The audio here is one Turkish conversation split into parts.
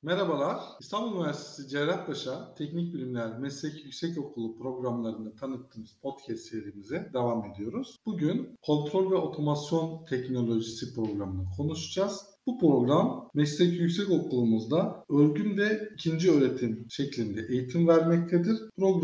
Merhabalar, İstanbul Üniversitesi Cerrahpaşa Teknik Bilimler Meslek Yüksekokulu programlarında tanıttığımız podcast serimize devam ediyoruz. Bugün kontrol ve otomasyon teknolojisi programını konuşacağız. Bu program Meslek Yüksekokulumuzda örgün ve ikinci öğretim şeklinde eğitim vermektedir.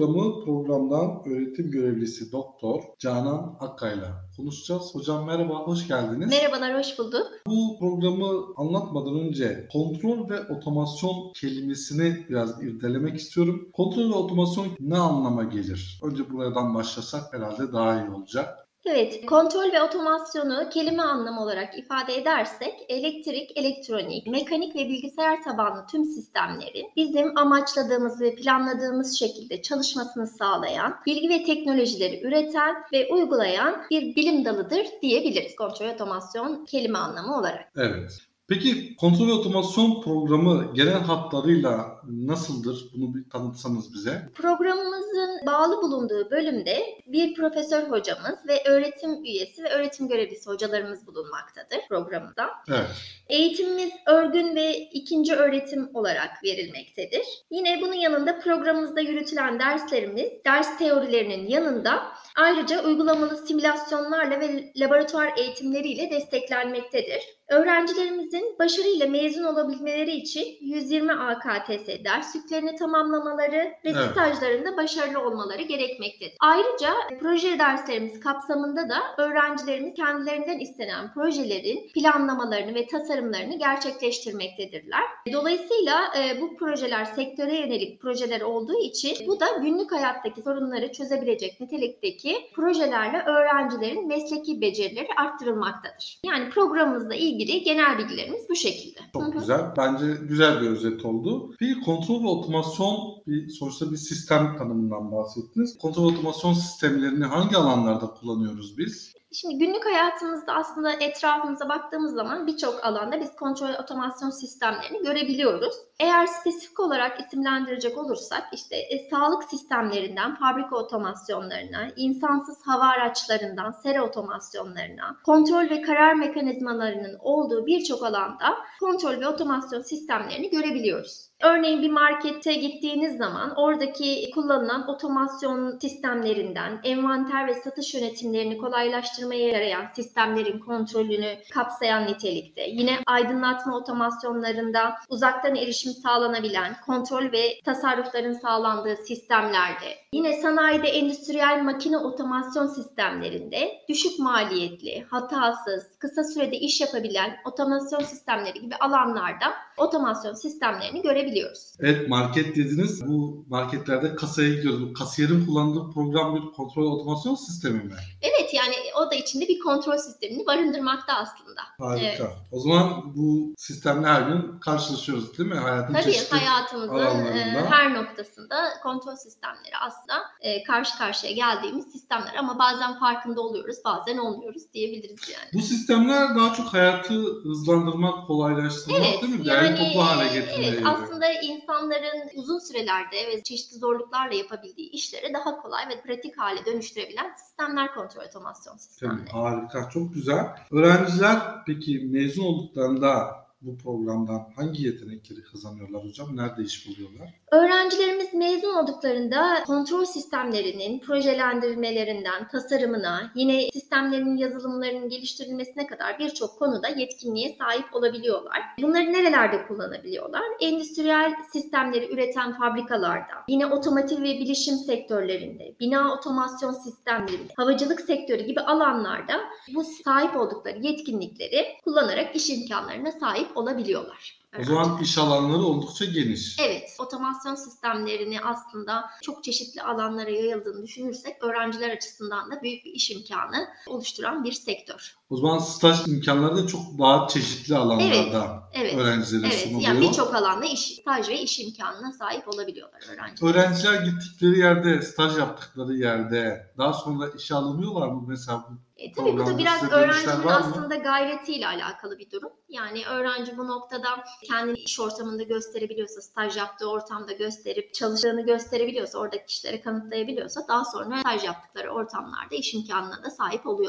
Programdan öğretim görevlisi Doktor Canan Akkay'la konuşacağız. Hocam merhaba, hoş geldiniz. Merhabalar, hoş bulduk. Bu programı anlatmadan önce kontrol ve otomasyon kelimesini biraz irdelemek istiyorum. Kontrol ve otomasyon ne anlama gelir? Önce buradan başlasak herhalde daha iyi olacak. Evet, kontrol ve otomasyonu kelime anlamı olarak ifade edersek elektrik, elektronik, mekanik ve bilgisayar tabanlı tüm sistemlerin bizim amaçladığımız ve planladığımız şekilde çalışmasını sağlayan, bilgi ve teknolojileri üreten ve uygulayan bir bilim dalıdır diyebiliriz kontrol ve otomasyon kelime anlamı olarak. Evet. Peki kontrol ve otomasyon programı genel hatlarıyla nasıldır? Bunu bir tanıtsanız bize. Programımızın bağlı bulunduğu bölümde bir profesör hocamız ve öğretim üyesi ve öğretim görevlisi hocalarımız bulunmaktadır programımızda. Evet. Eğitimimiz örgün ve ikinci öğretim olarak verilmektedir. Yine bunun yanında programımızda yürütülen derslerimiz, ders teorilerinin yanında ayrıca uygulamalı simülasyonlarla ve laboratuvar eğitimleriyle desteklenmektedir. Öğrencilerimizin başarıyla mezun olabilmeleri için 120 AKTS ders yüklerini tamamlamaları ve stajlarında başarılı olmaları gerekmektedir. Ayrıca proje derslerimiz kapsamında da öğrencilerimiz kendilerinden istenen projelerin planlamalarını ve tasarımlarını gerçekleştirmektedirler. Dolayısıyla bu projeler sektöre yönelik projeler olduğu için bu da günlük hayattaki sorunları çözebilecek nitelikteki projelerle öğrencilerin mesleki becerileri arttırılmaktadır. Yani programımızla ilgili genel bilgilerimiz bu şekilde. Çok güzel. Bence güzel bir özet oldu. Peki kontrol ve otomasyon sonuçta bir sistem tanımından bahsettiniz. Kontrol ve otomasyon sistemlerini hangi alanlarda kullanıyoruz biz? Şimdi günlük hayatımızda aslında etrafımıza baktığımız zaman birçok alanda biz kontrol ve otomasyon sistemlerini görebiliyoruz. Eğer spesifik olarak isimlendirecek olursak sağlık sistemlerinden fabrika otomasyonlarına, insansız hava araçlarından sera otomasyonlarına, kontrol ve karar mekanizmalarının olduğu birçok alanda kontrol ve otomasyon sistemlerini görebiliyoruz. Örneğin bir markete gittiğiniz zaman oradaki kullanılan otomasyon sistemlerinden envanter ve satış yönetimlerini kolaylaştırmaya yarayan sistemlerin kontrolünü kapsayan nitelikte. Yine aydınlatma otomasyonlarında uzaktan erişim sağlanabilen kontrol ve tasarrufların sağlandığı sistemlerde. Yine sanayide endüstriyel makine otomasyon sistemlerinde düşük maliyetli, hatasız, kısa sürede iş yapabilen otomasyon sistemleri gibi alanlarda otomasyon sistemlerini görebiliyoruz. Evet, market dediniz. Bu marketlerde kasaya gidiyoruz. Bu kasiyerin kullandığı program bir kontrol otomasyon sistemi mi? Evet, yani o da içinde bir kontrol sistemini barındırmakta aslında. Harika. Evet. O zaman bu sistemle her gün karşılaşıyoruz değil mi? Tabii hayatımızın alanlarında. her noktasında kontrol sistemleri aslında karşı karşıya geldiğimiz sistemler ama bazen farkında oluyoruz, bazen olmuyoruz diyebiliriz yani. Bu sistemler daha çok hayatı hızlandırmak, kolaylaştırmak değil mi? Yani toplu hale getirmeye Evet, yarıyor. aslında insanların uzun sürelerde ve çeşitli zorluklarla yapabildiği işleri daha kolay ve pratik hale dönüştürebilen sistemler kontrol otomasyon sistemleri. Tabii, harika, çok güzel. Öğrenciler peki mezun olduklarında bu programdan hangi yetenekleri kazanıyorlar hocam? Nerede iş buluyorlar? Öğrencilerimiz mezun olduklarında kontrol sistemlerinin projelendirmelerinden tasarımına, yine sistemlerin yazılımlarının geliştirilmesine kadar birçok konuda yetkinliğe sahip olabiliyorlar. Bunları nerelerde kullanabiliyorlar? Endüstriyel sistemleri üreten fabrikalarda, yine otomotiv ve bilişim sektörlerinde, bina otomasyon sistemlerinde, havacılık sektörü gibi alanlarda bu sahip oldukları yetkinlikleri kullanarak iş imkanlarına sahip olabiliyorlar. O zaman iş alanları oldukça geniş. Evet, otomasyon sistemlerini aslında çok çeşitli alanlara yayıldığını düşünürsek öğrenciler açısından da büyük bir iş imkanı oluşturan bir sektör. O zaman staj imkanları da çok daha çeşitli alanlarda öğrencilere sunuluyor. Yani birçok alanda staj ve iş imkanına sahip olabiliyorlar öğrenciler. Öğrenciler gittikleri yerde, staj yaptıkları yerde daha sonra işe alınıyorlar mı mesela? Tabii bu da biraz öğrencinin aslında gayretiyle alakalı bir durum. Yani öğrenci bu noktada kendini iş ortamında gösterebiliyorsa, staj yaptığı ortamda gösterip çalıştığını gösterebiliyorsa, oradaki kişilere kanıtlayabiliyorsa daha sonra staj yaptıkları ortamlarda iş imkanına da sahip oluyorlar.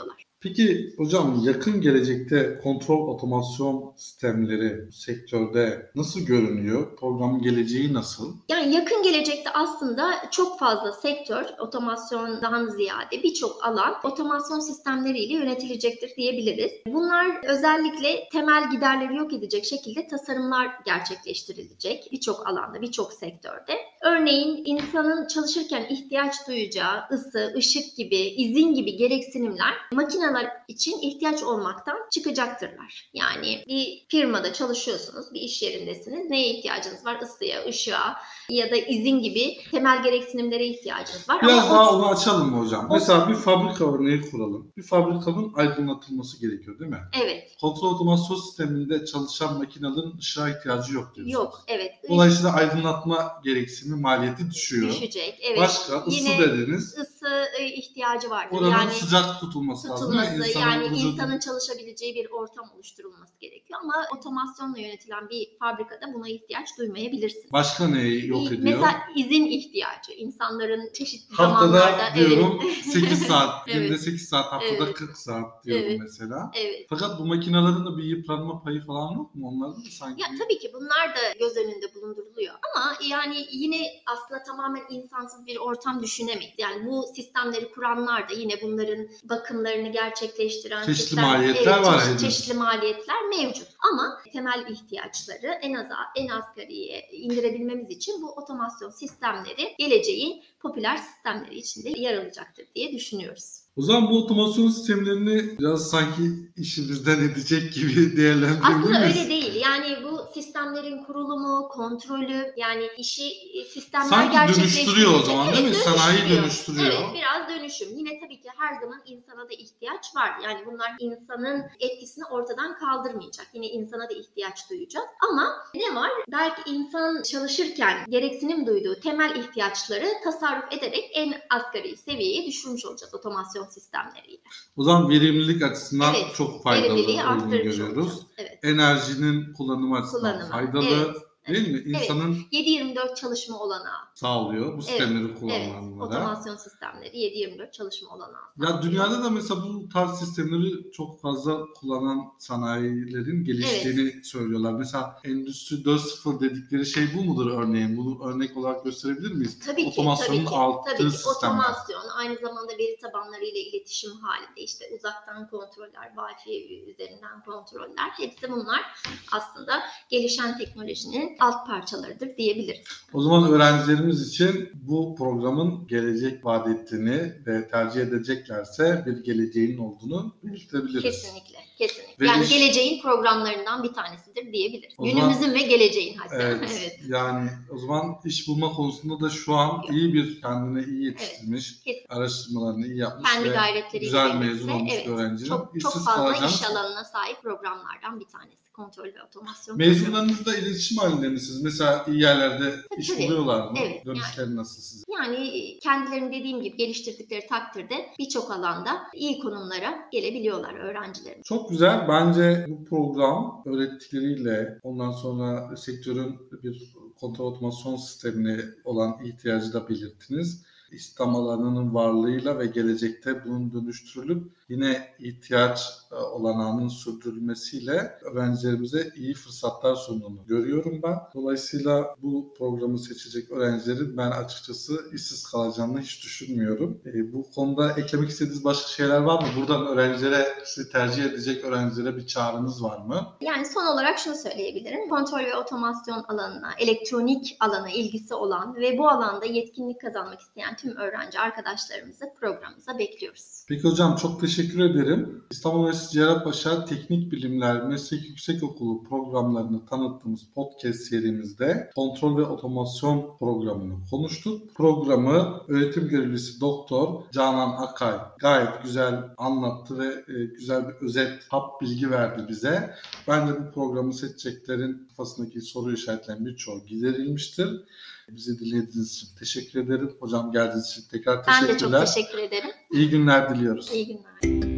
Peki hocam, yakın gelecekte kontrol otomasyon sistemleri sektörde nasıl görünüyor? Programın geleceği nasıl? Yani yakın gelecekte aslında çok fazla sektör, otomasyondan ziyade birçok alan otomasyon sistemleriyle yönetilecektir diyebiliriz. Bunlar özellikle temel giderleri yok edecek şekilde tasarımlar gerçekleştirilecek birçok alanda, birçok sektörde. Örneğin insanın çalışırken ihtiyaç duyacağı ısı, ışık gibi, izin gibi gereksinimler makineler için ihtiyaç olmaktan çıkacaktırlar. Yani bir firmada çalışıyorsunuz, bir iş yerindesiniz. Neye ihtiyacınız var? Isıya, ışığa ya da izin gibi temel gereksinimlere ihtiyacınız var. Biraz Ama daha onu açalım mı hocam? Mesela bir fabrika örneği kuralım. Bir fabrikanın aydınlatılması gerekiyor değil mi? evet. Kontrol otomasyon sisteminde çalışan makinelerin ışığa ihtiyacı yok diyorsunuz. Yok, evet. Dolayısıyla aydınlatma gereksinimi, maliyeti düşüyor. Düşecek. Evet. Başka ısı Yine dediniz. ısı ihtiyacı vardır. Oranın Yani sıcak tutulması lazım. yani vücudu... insanın çalışabileceği bir ortam oluşturulması gerekiyor ama otomasyonla yönetilen bir fabrikada buna ihtiyaç duymayabilirsiniz. Başka neyi yok ediyor? Mesela izin ihtiyacı. İnsanların çeşitli Haftada zamanlarda diyorum 8 saat, Evet. günde 8 saat, haftada Evet. 40 saat diyorum Evet. mesela. Evet. Fakat bu makinelerin de bir yıpranma payı falan yok mu? Onlarda da sanki... Ya tabii ki bunlar da göz önünde bulunduruluyor ama yani yine aslında tamamen insansız bir ortam düşünemeyiz. Yani bu sistemleri kuranlar da yine bunların bakımlarını gerçekleştiren Çeşitli maliyetler var henüz. çeşitli maliyetler mevcut. Ama temel ihtiyaçları en asgariye indirebilmemiz için bu otomasyon sistemleri geleceğin popüler sistemleri içinde yer alacaktır diye düşünüyoruz. O zaman bu otomasyon sistemlerini biraz sanki işimizden edecek gibi değerlendirebilir Aslında miyiz? öyle değil. Yani bu sistemlerin kurulumu, kontrolü, yani işi sistemler Sanki gerçekleştirecek. dönüştürüyor o zaman değil mi? Evet, Sanayi dönüştürüyor. Evet, biraz dönüşüm. Yine tabii ki her zaman insana da ihtiyaç var. Yani bunlar insanın etkisini ortadan kaldırmayacak. Yine insana da ihtiyaç duyacağız. Ama ne var? Belki insan çalışırken gereksinim duyduğu temel ihtiyaçları tasarruf ederek en asgari seviyeye düşürmüş olacağız otomasyon sistemleriyle. O zaman verimlilik açısından Evet, çok faydalı verimliliği olduğunu arttırmış görüyoruz. olacağız. Evet. Enerjinin kullanımı açısından faydalı. Evet. Değil mi? İnsanın 7/24 çalışma olanağı. sağlıyor bu sistemleri kullananlara. Otomasyon sistemleri 7/24 çalışma olanağı. Ya dünyada da mesela bu tarz sistemleri çok fazla kullanan sanayilerin geliştiğini söylüyorlar. Mesela Endüstri 4.0 dedikleri şey bu mudur örneğin? Bunu örnek olarak gösterebilir miyiz? Tabii ki. Otomasyonun arttığı sistemler. Otomasyon aynı zamanda veri tabanları ile iletişim halinde işte uzaktan kontroller, Wi-Fi üzerinden kontroller, hepsi bunlar aslında gelişen teknolojinin alt parçalarıdır diyebiliriz. O zaman öğrencilerimiz için bu programın gelecek vaat ettiğini ve tercih edeceklerse bir geleceğin olduğunu belirtebiliriz. Kesinlikle. Ve yani geleceğin programlarından bir tanesidir diyebiliriz. Günümüzün ve geleceğin hatta. Evet. Yani o zaman iş bulma konusunda da şu an iyi bir kendine iyi yetiştirmiş, araştırmalarını iyi yapmış kendi ve gayretleriyle güzel mezun olmuş bir öğrencinin çok fazla iş alanına sahip programlardan bir tanesi. Kontrol ve otomasyon. Mezunlarınızla iletişim halinde misiniz? Mesela iyi yerlerde iş buluyorlar mı? Evet, Dönüşleri nasıl sizin? Yani kendilerini dediğim gibi geliştirdikleri takdirde birçok alanda iyi konumlara gelebiliyorlar öğrencilerimiz. Çok güzel. Bence bu program öğrettikleriyle ondan sonra sektörün bir kontrol otomasyon sistemine olan ihtiyacı da belirttiniz. İstihdam alanının varlığıyla ve gelecekte bunun dönüştürülüp yine ihtiyaç olanağının sürdürülmesiyle öğrencilerimize iyi fırsatlar sunduğunu görüyorum ben. Dolayısıyla bu programı seçecek öğrencilerin ben açıkçası işsiz kalacağını hiç düşünmüyorum. Bu konuda eklemek istediğiniz başka şeyler var mı? Buradan öğrencilere, sizi tercih edecek öğrencilere bir çağrınız var mı? Yani son olarak şunu söyleyebilirim. Kontrol ve otomasyon alanına, elektronik alana ilgisi olan ve bu alanda yetkinlik kazanmak isteyen tüm öğrenci arkadaşlarımızı programımıza bekliyoruz. Peki hocam, çok teşekkür ederim. İstanbul Üniversitesi Cerrahpaşa Teknik Bilimler Meslek Yüksekokulu programlarını tanıttığımız podcast serimizde kontrol ve otomasyon programını konuştuk. Programı öğretim görevlisi Doktor Canan Akay gayet güzel anlattı ve güzel bir özet, hap bilgi verdi bize. Bence bu programı seçeceklerin kafasındaki soru işaretlerinin birçoğu giderilmiştir. Bizi dinlediğiniz için teşekkür ederim. Hocam geldiğiniz için tekrar teşekkürler. Ben de çok teşekkür ederim. İyi günler diliyoruz. İyi günler.